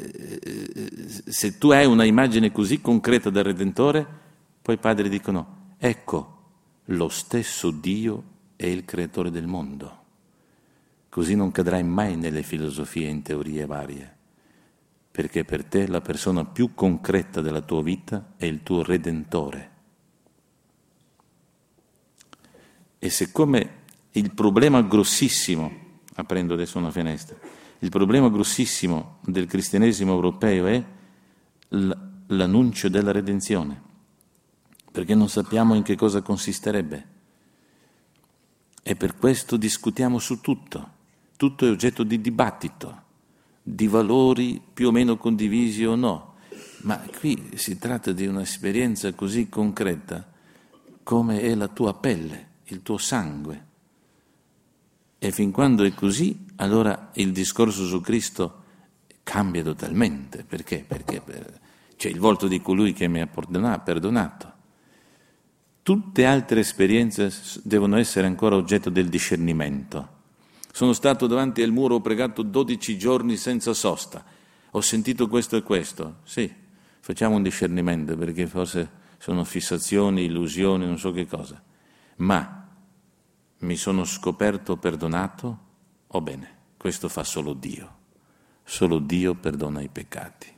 tu hai una immagine così concreta del Redentore, poi i padri dicono, ecco, lo stesso Dio è il creatore del mondo. Così non cadrai mai nelle filosofie e in teorie varie, perché per te la persona più concreta della tua vita è il tuo Redentore. E siccome il problema grossissimo, aprendo adesso una finestra, il problema grossissimo del cristianesimo europeo è l'annuncio della redenzione, perché non sappiamo in che cosa consisterebbe. E per questo discutiamo su tutto. Tutto è oggetto di dibattito, di valori più o meno condivisi o no. Ma qui si tratta di un'esperienza così concreta come è la tua pelle, il tuo sangue. E fin quando è così, allora il discorso su Cristo cambia totalmente. Perché? Perché c'è il volto di colui che mi ha perdonato. Tutte altre esperienze devono essere ancora oggetto del discernimento. Sono stato davanti al muro, ho pregato 12 giorni senza sosta, ho sentito questo e questo. Sì, facciamo un discernimento, perché forse sono fissazioni, illusioni, non so che cosa. Ma mi sono scoperto perdonato? Oh bene, questo fa solo Dio. Solo Dio perdona i peccati.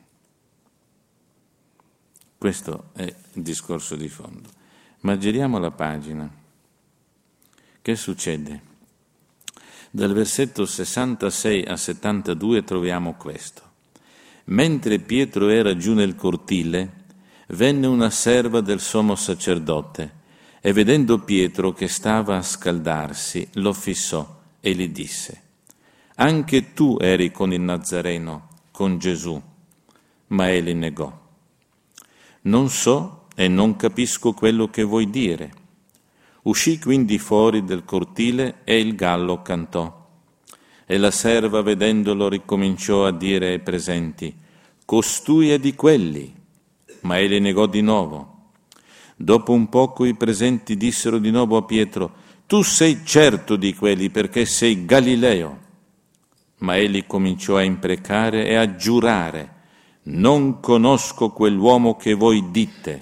Questo è il discorso di fondo. Ma giriamo la pagina. Che succede? Dal versetto 66 a 72 troviamo questo. Mentre Pietro era giù nel cortile, venne una serva del sommo sacerdote e vedendo Pietro che stava a scaldarsi, lo fissò e gli disse: «Anche tu eri con il Nazareno, con Gesù». Ma egli negò: «Non so e non capisco quello che vuoi dire». Uscì quindi fuori del cortile e il gallo cantò. E la serva, vedendolo, ricominciò a dire ai presenti: «Costui è di quelli». Ma egli negò di nuovo. Dopo un poco i presenti dissero di nuovo a Pietro: «Tu sei certo di quelli, perché sei Galileo». Ma egli cominciò a imprecare e a giurare: «Non conosco quell'uomo che voi dite».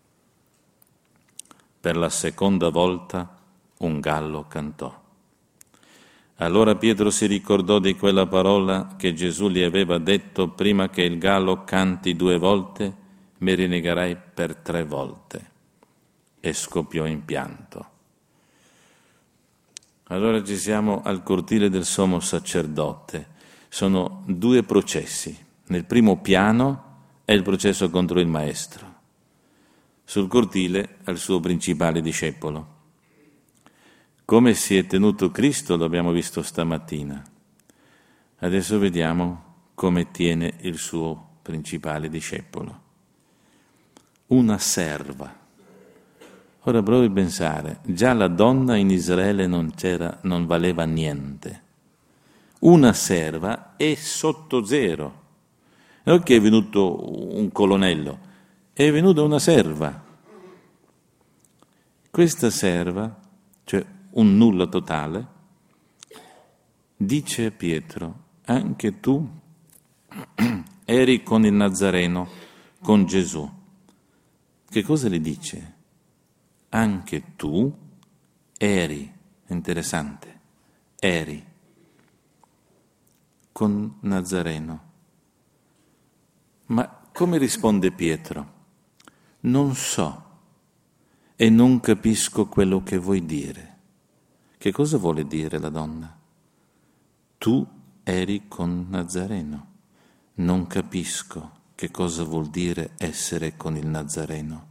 Per la seconda volta un gallo cantò. Allora Pietro si ricordò di quella parola che Gesù gli aveva detto: «Prima che il gallo canti 2 volte, mi rinnegherai per 3 volte». E scoppiò in pianto. Allora ci siamo al cortile del sommo sacerdote. Sono 2 processi. Nel primo piano è il processo contro il maestro. Sul cortile al suo principale discepolo. Come si è tenuto Cristo lo abbiamo visto stamattina. Adesso vediamo come tiene il suo principale discepolo. Una serva. Ora provi a pensare, già la donna in Israele non valeva niente. Una serva è sotto zero. Non è che è venuto un colonnello, è venuta una serva. Questa serva, cioè un nulla totale, dice a Pietro: «Anche tu eri con il Nazareno, con Gesù». Che cosa le dice? Anche tu eri, interessante, eri con Nazareno. Ma come risponde Pietro? Non so e non capisco quello che vuoi dire. Che cosa vuole dire la donna? Tu eri con Nazareno. Non capisco che cosa vuol dire essere con il Nazareno.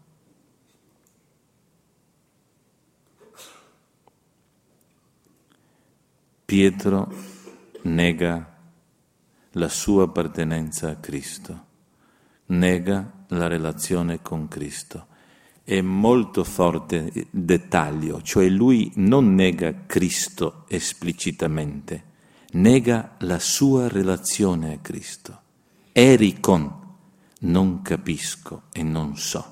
Pietro nega la sua appartenenza a Cristo, nega la relazione con Cristo. È molto forte il dettaglio, cioè lui non nega Cristo esplicitamente, nega la sua relazione a Cristo. Eri con, non capisco e non so.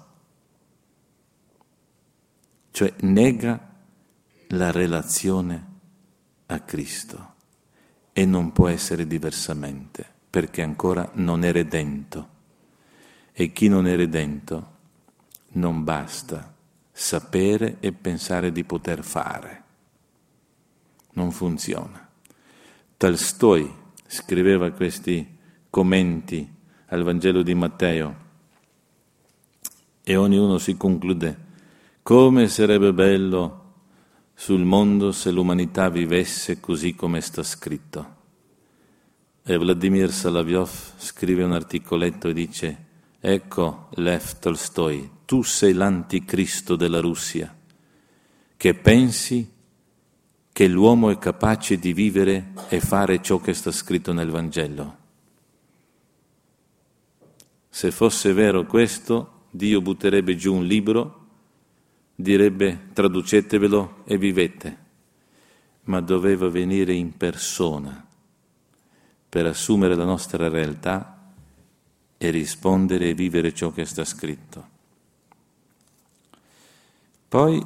Cioè nega la relazione a Cristo e non può essere diversamente, perché ancora non è redento. E chi non è redento non basta sapere e pensare di poter fare. Non funziona. Tolstoi scriveva questi commenti al Vangelo di Matteo e ognuno si conclude: come sarebbe bello sul mondo se l'umanità vivesse così come sta scritto. E Vladimir Solovyov scrive un articoletto e dice: ecco Lev Tolstoi, tu sei l'anticristo della Russia, che pensi che l'uomo è capace di vivere e fare ciò che sta scritto nel Vangelo. Se fosse vero questo, Dio butterebbe giù un libro, direbbe traducetevelo e vivete, ma doveva venire in persona per assumere la nostra realtà e rispondere e vivere ciò che sta scritto. Poi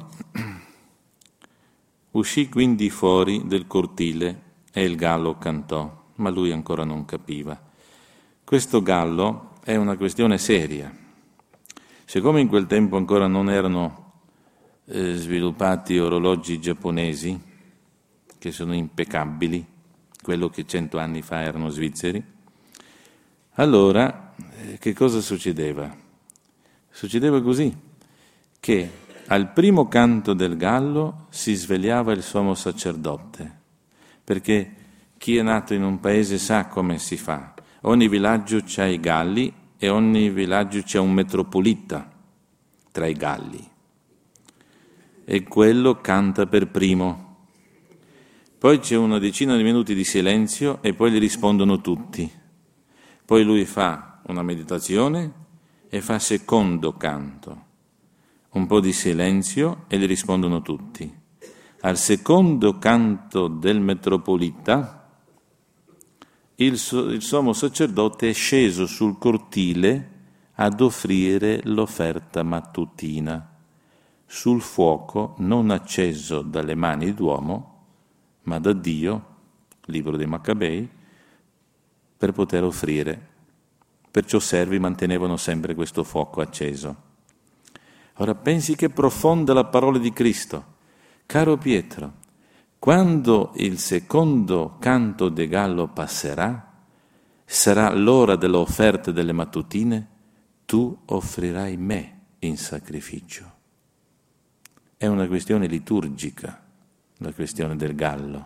uscì quindi fuori del cortile e il gallo cantò, ma lui ancora non capiva. Questo gallo è una questione seria. Siccome in quel tempo ancora non erano sviluppati orologi giapponesi, che sono impeccabili, quello che 100 anni fa erano svizzeri, allora che cosa succedeva? Succedeva così, che al primo canto del gallo si svegliava il sommo sacerdote, perché chi è nato in un paese sa come si fa. Ogni villaggio c'ha i galli e ogni villaggio c'è un metropolita tra i galli. E quello canta per primo. Poi c'è una decina di minuti di silenzio e poi gli rispondono tutti. Poi lui fa una meditazione e fa secondo canto. Un po' di silenzio e gli rispondono tutti. Al secondo canto del metropolita il sommo sacerdote è sceso sul cortile ad offrire l'offerta mattutina sul fuoco non acceso dalle mani d'uomo, ma da Dio, libro dei Maccabei, per poter offrire. Perciò servi mantenevano sempre questo fuoco acceso. Ora pensi che profonda la parola di Cristo. Caro Pietro, quando il secondo canto de gallo passerà, sarà l'ora dell'offerta delle mattutine, tu offrirai me in sacrificio. È una questione liturgica, la questione del gallo.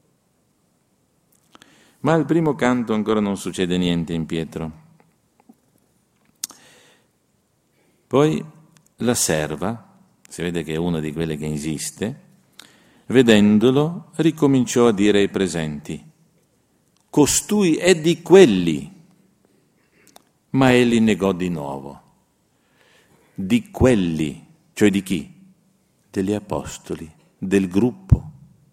Ma al primo canto ancora non succede niente in Pietro. Poi la serva, si vede che è una di quelle che insiste, vedendolo ricominciò a dire ai presenti: costui è di quelli. Ma egli negò di nuovo. Di quelli, cioè di chi? Degli apostoli, del gruppo.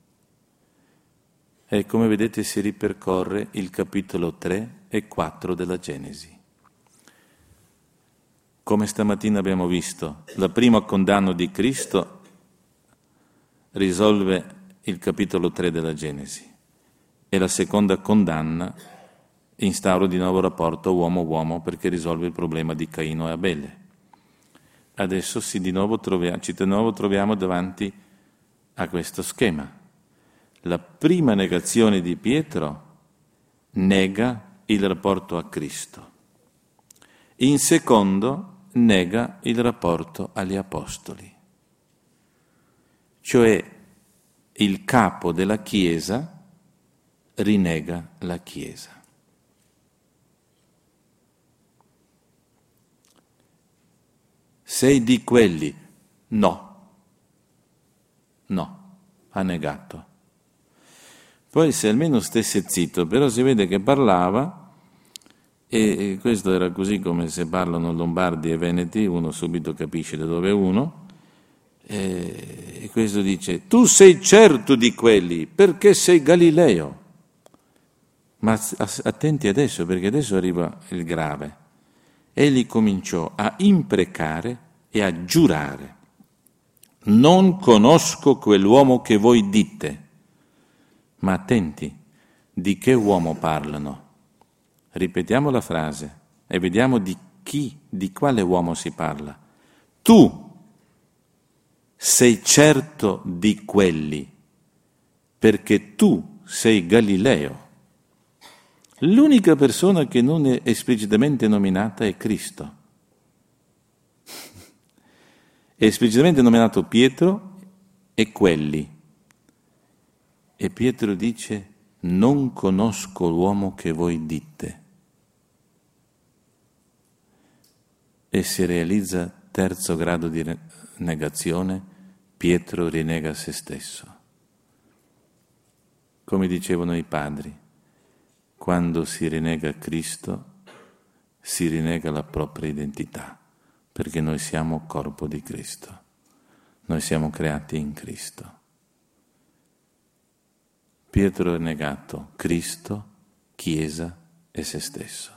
E come vedete si ripercorre il capitolo 3 e 4 della Genesi. Come stamattina abbiamo visto, la prima condanna di Cristo risolve il capitolo 3 della Genesi e la seconda condanna instaura di nuovo rapporto uomo-uomo perché risolve il problema di Caino e Abele. Adesso ci di nuovo troviamo davanti a questo schema. La prima negazione di Pietro nega il rapporto a Cristo. In secondo nega il rapporto agli apostoli. Cioè il capo della Chiesa rinega la Chiesa. Sei di quelli? No, ha negato. Poi se almeno stesse zitto, però si vede che parlava e questo era così come se parlano lombardi e veneti, uno subito capisce da dove è uno, e questo dice: tu sei certo di quelli perché sei Galileo. Ma attenti adesso, perché adesso arriva il grave. Egli cominciò a imprecare e a giurare: non conosco quell'uomo che voi dite. Ma attenti, di che uomo parlano? Ripetiamo la frase e vediamo di quale uomo si parla. Tu sei certo di quelli, perché tu sei Galileo. L'unica persona che non è esplicitamente nominata è Cristo. È esplicitamente nominato Pietro e quelli. E Pietro dice: non conosco l'uomo che voi dite. E si realizza terzo grado di negazione, Pietro rinnega se stesso. Come dicevano i padri, quando si rinnega Cristo, si rinnega la propria identità, perché noi siamo corpo di Cristo, noi siamo creati in Cristo. Pietro ha negato Cristo, Chiesa e se stesso.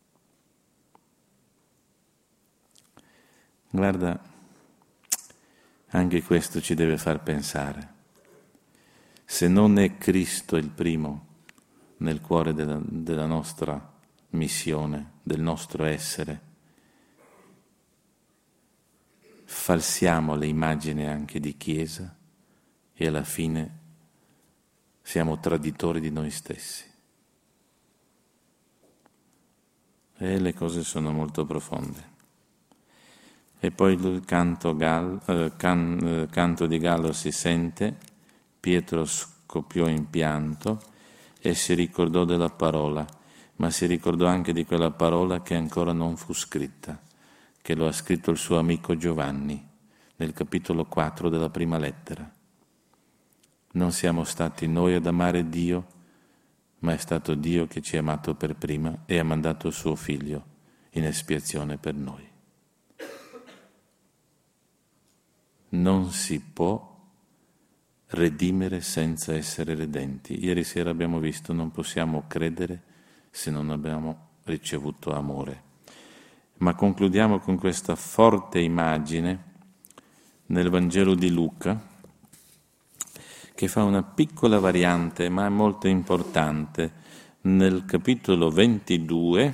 Guarda, anche questo ci deve far pensare. Se non è Cristo il primo nel cuore della nostra missione, del nostro essere, falsiamo le immagini anche di Chiesa e alla fine siamo traditori di noi stessi. E le cose sono molto profonde. E poi il canto di gallo si sente, Pietro scoppiò in pianto e si ricordò della parola, ma si ricordò anche di quella parola che ancora non fu scritta, che lo ha scritto il suo amico Giovanni nel capitolo 4 della prima lettera. Non siamo stati noi ad amare Dio, ma è stato Dio che ci ha amato per prima e ha mandato il suo Figlio in espiazione per noi. Non si può redimere senza essere redenti. Ieri sera abbiamo visto, non possiamo credere se non abbiamo ricevuto amore. Ma concludiamo con questa forte immagine nel Vangelo di Luca, che fa una piccola variante, ma è molto importante. Nel capitolo 22,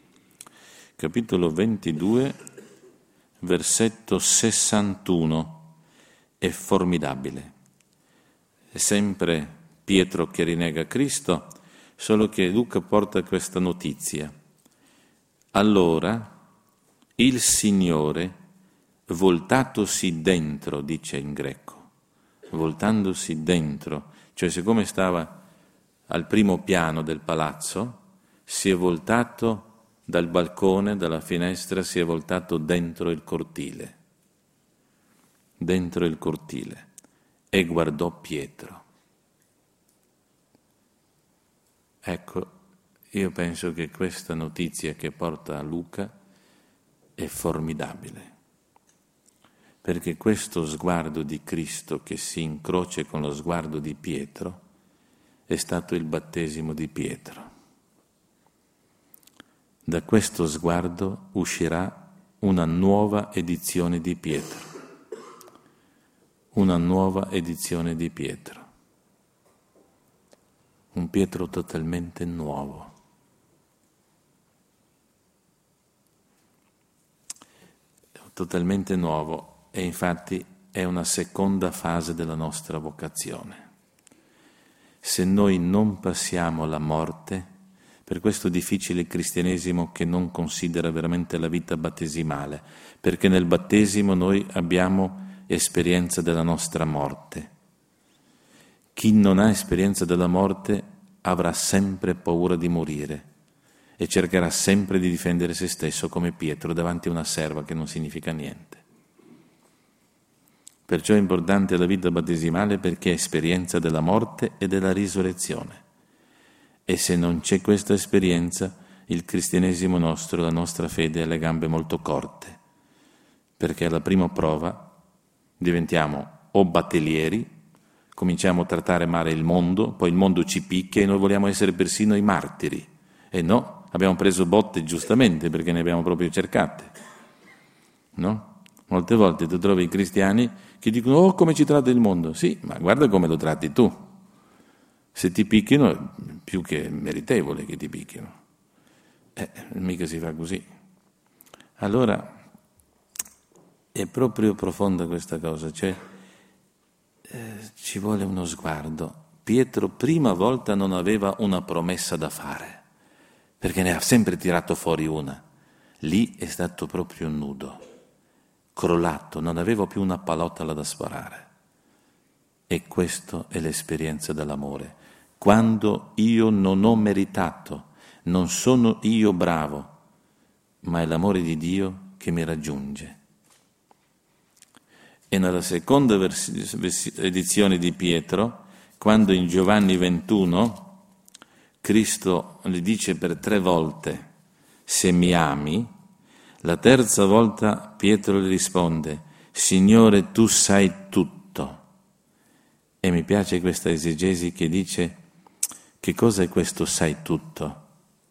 versetto 61, è formidabile. È sempre Pietro che rinnega Cristo, solo che Luca porta questa notizia. Allora il Signore, voltatosi dentro, dice in greco, voltandosi dentro, cioè siccome stava al primo piano del palazzo, si è voltato dal balcone, dalla finestra, si è voltato dentro il cortile e guardò Pietro. Ecco, io penso che questa notizia che porta a Luca è formidabile, perché questo sguardo di Cristo che si incrocia con lo sguardo di Pietro è stato il battesimo di Pietro. Da questo sguardo uscirà una nuova edizione di Pietro. Una nuova edizione di Pietro. Un Pietro totalmente nuovo. Totalmente nuovo, e infatti è una seconda fase della nostra vocazione. Se noi non passiamo la morte, per questo è difficile il cristianesimo che non considera veramente la vita battesimale, perché nel battesimo noi abbiamo esperienza della nostra morte. Chi non ha esperienza della morte avrà sempre paura di morire e cercherà sempre di difendere se stesso come Pietro davanti a una serva che non significa niente. Perciò è importante la vita battesimale perché è esperienza della morte e della risurrezione. E se non c'è questa esperienza, il cristianesimo nostro, la nostra fede ha le gambe molto corte, perché alla prima prova diventiamo o battelieri, cominciamo a trattare male il mondo, poi il mondo ci picchia e noi vogliamo essere persino i martiri. E no, abbiamo preso botte giustamente perché ne abbiamo proprio cercate. No? Molte volte tu trovi i cristiani che dicono: oh, come ci tratta il mondo. Sì, ma guarda come lo tratti tu. Se ti picchiano è più che meritevole che ti picchiano. Mica si fa così. Allora è proprio profonda questa cosa, cioè ci vuole uno sguardo. Pietro prima volta non aveva una promessa da fare, perché ne ha sempre tirato fuori una. Lì è stato proprio nudo, crollato, non aveva più una pallottola da sparare. E questa è l'esperienza dell'amore. Quando io non ho meritato, non sono io bravo, ma è l'amore di Dio che mi raggiunge. E nella seconda edizione di Pietro, quando in Giovanni 21 Cristo gli dice per 3 volte: se mi ami, la terza volta Pietro gli risponde: Signore, tu sai tutto. E mi piace questa esegesi che dice: che cosa è questo sai tutto?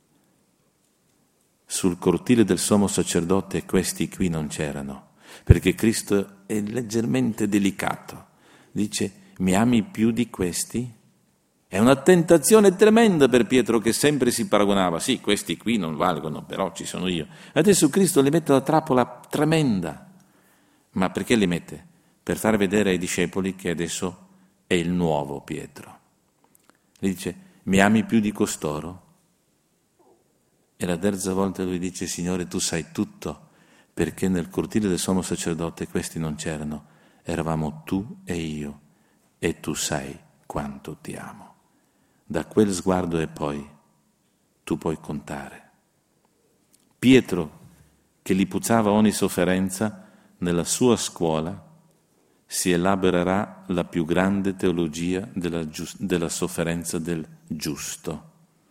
Sul cortile del sommo sacerdote questi qui non c'erano, perché Cristo è leggermente delicato. Dice: mi ami più di questi? È una tentazione tremenda per Pietro, che sempre si paragonava: sì, questi qui non valgono, però ci sono io. Adesso Cristo li mette una trappola tremenda. Ma perché li mette? Per far vedere ai discepoli che adesso è il nuovo Pietro. Gli dice: mi ami più di costoro? E la terza volta lui dice: Signore, tu sai tutto, perché nel cortile del sommo sacerdote questi non c'erano, eravamo tu e io, e tu sai quanto ti amo. Da quel sguardo e poi tu puoi contare. Pietro, che gli puzzava ogni sofferenza, nella sua scuola si elaborerà la più grande teologia della sofferenza del giusto.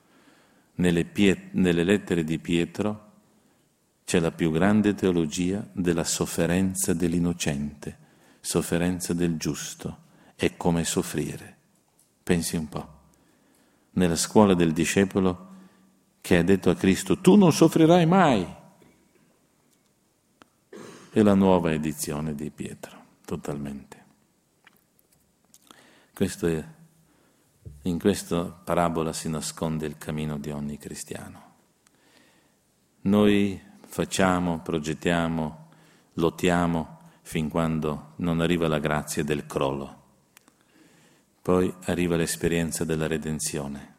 Nelle lettere di Pietro c'è la più grande teologia della sofferenza dell'innocente, sofferenza del giusto. È come soffrire. Pensi un po'. Nella scuola del discepolo che ha detto a Cristo: tu non soffrirai mai. È la nuova edizione di Pietro, totalmente. In questa parabola si nasconde il cammino di ogni cristiano. Noi facciamo, progettiamo, lottiamo fin quando non arriva la grazia del crollo. Poi arriva l'esperienza della redenzione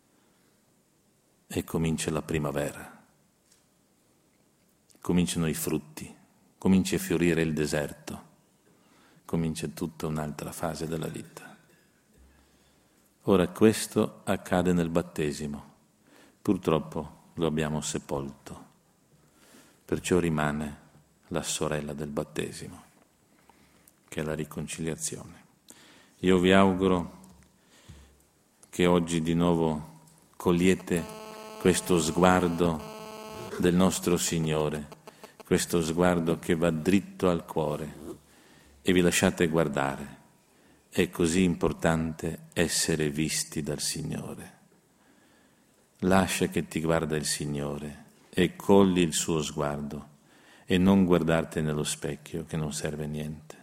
e comincia la primavera. Cominciano i frutti, comincia a fiorire il deserto, comincia tutta un'altra fase della vita. Ora questo accade nel battesimo. Purtroppo lo abbiamo sepolto, perciò rimane la sorella del battesimo, che è la riconciliazione. Io vi auguro che oggi di nuovo cogliete questo sguardo del nostro Signore, questo sguardo che va dritto al cuore, e vi lasciate guardare. È così importante essere visti dal Signore. Lascia che ti guarda il Signore e cogli il suo sguardo e non guardarti nello specchio che non serve a niente.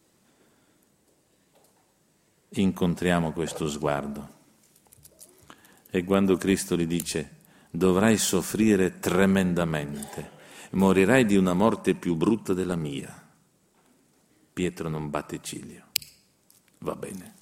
Incontriamo questo sguardo. E quando Cristo gli dice: dovrai soffrire tremendamente, morirai di una morte più brutta della mia, Pietro non batte ciglio. Va bene.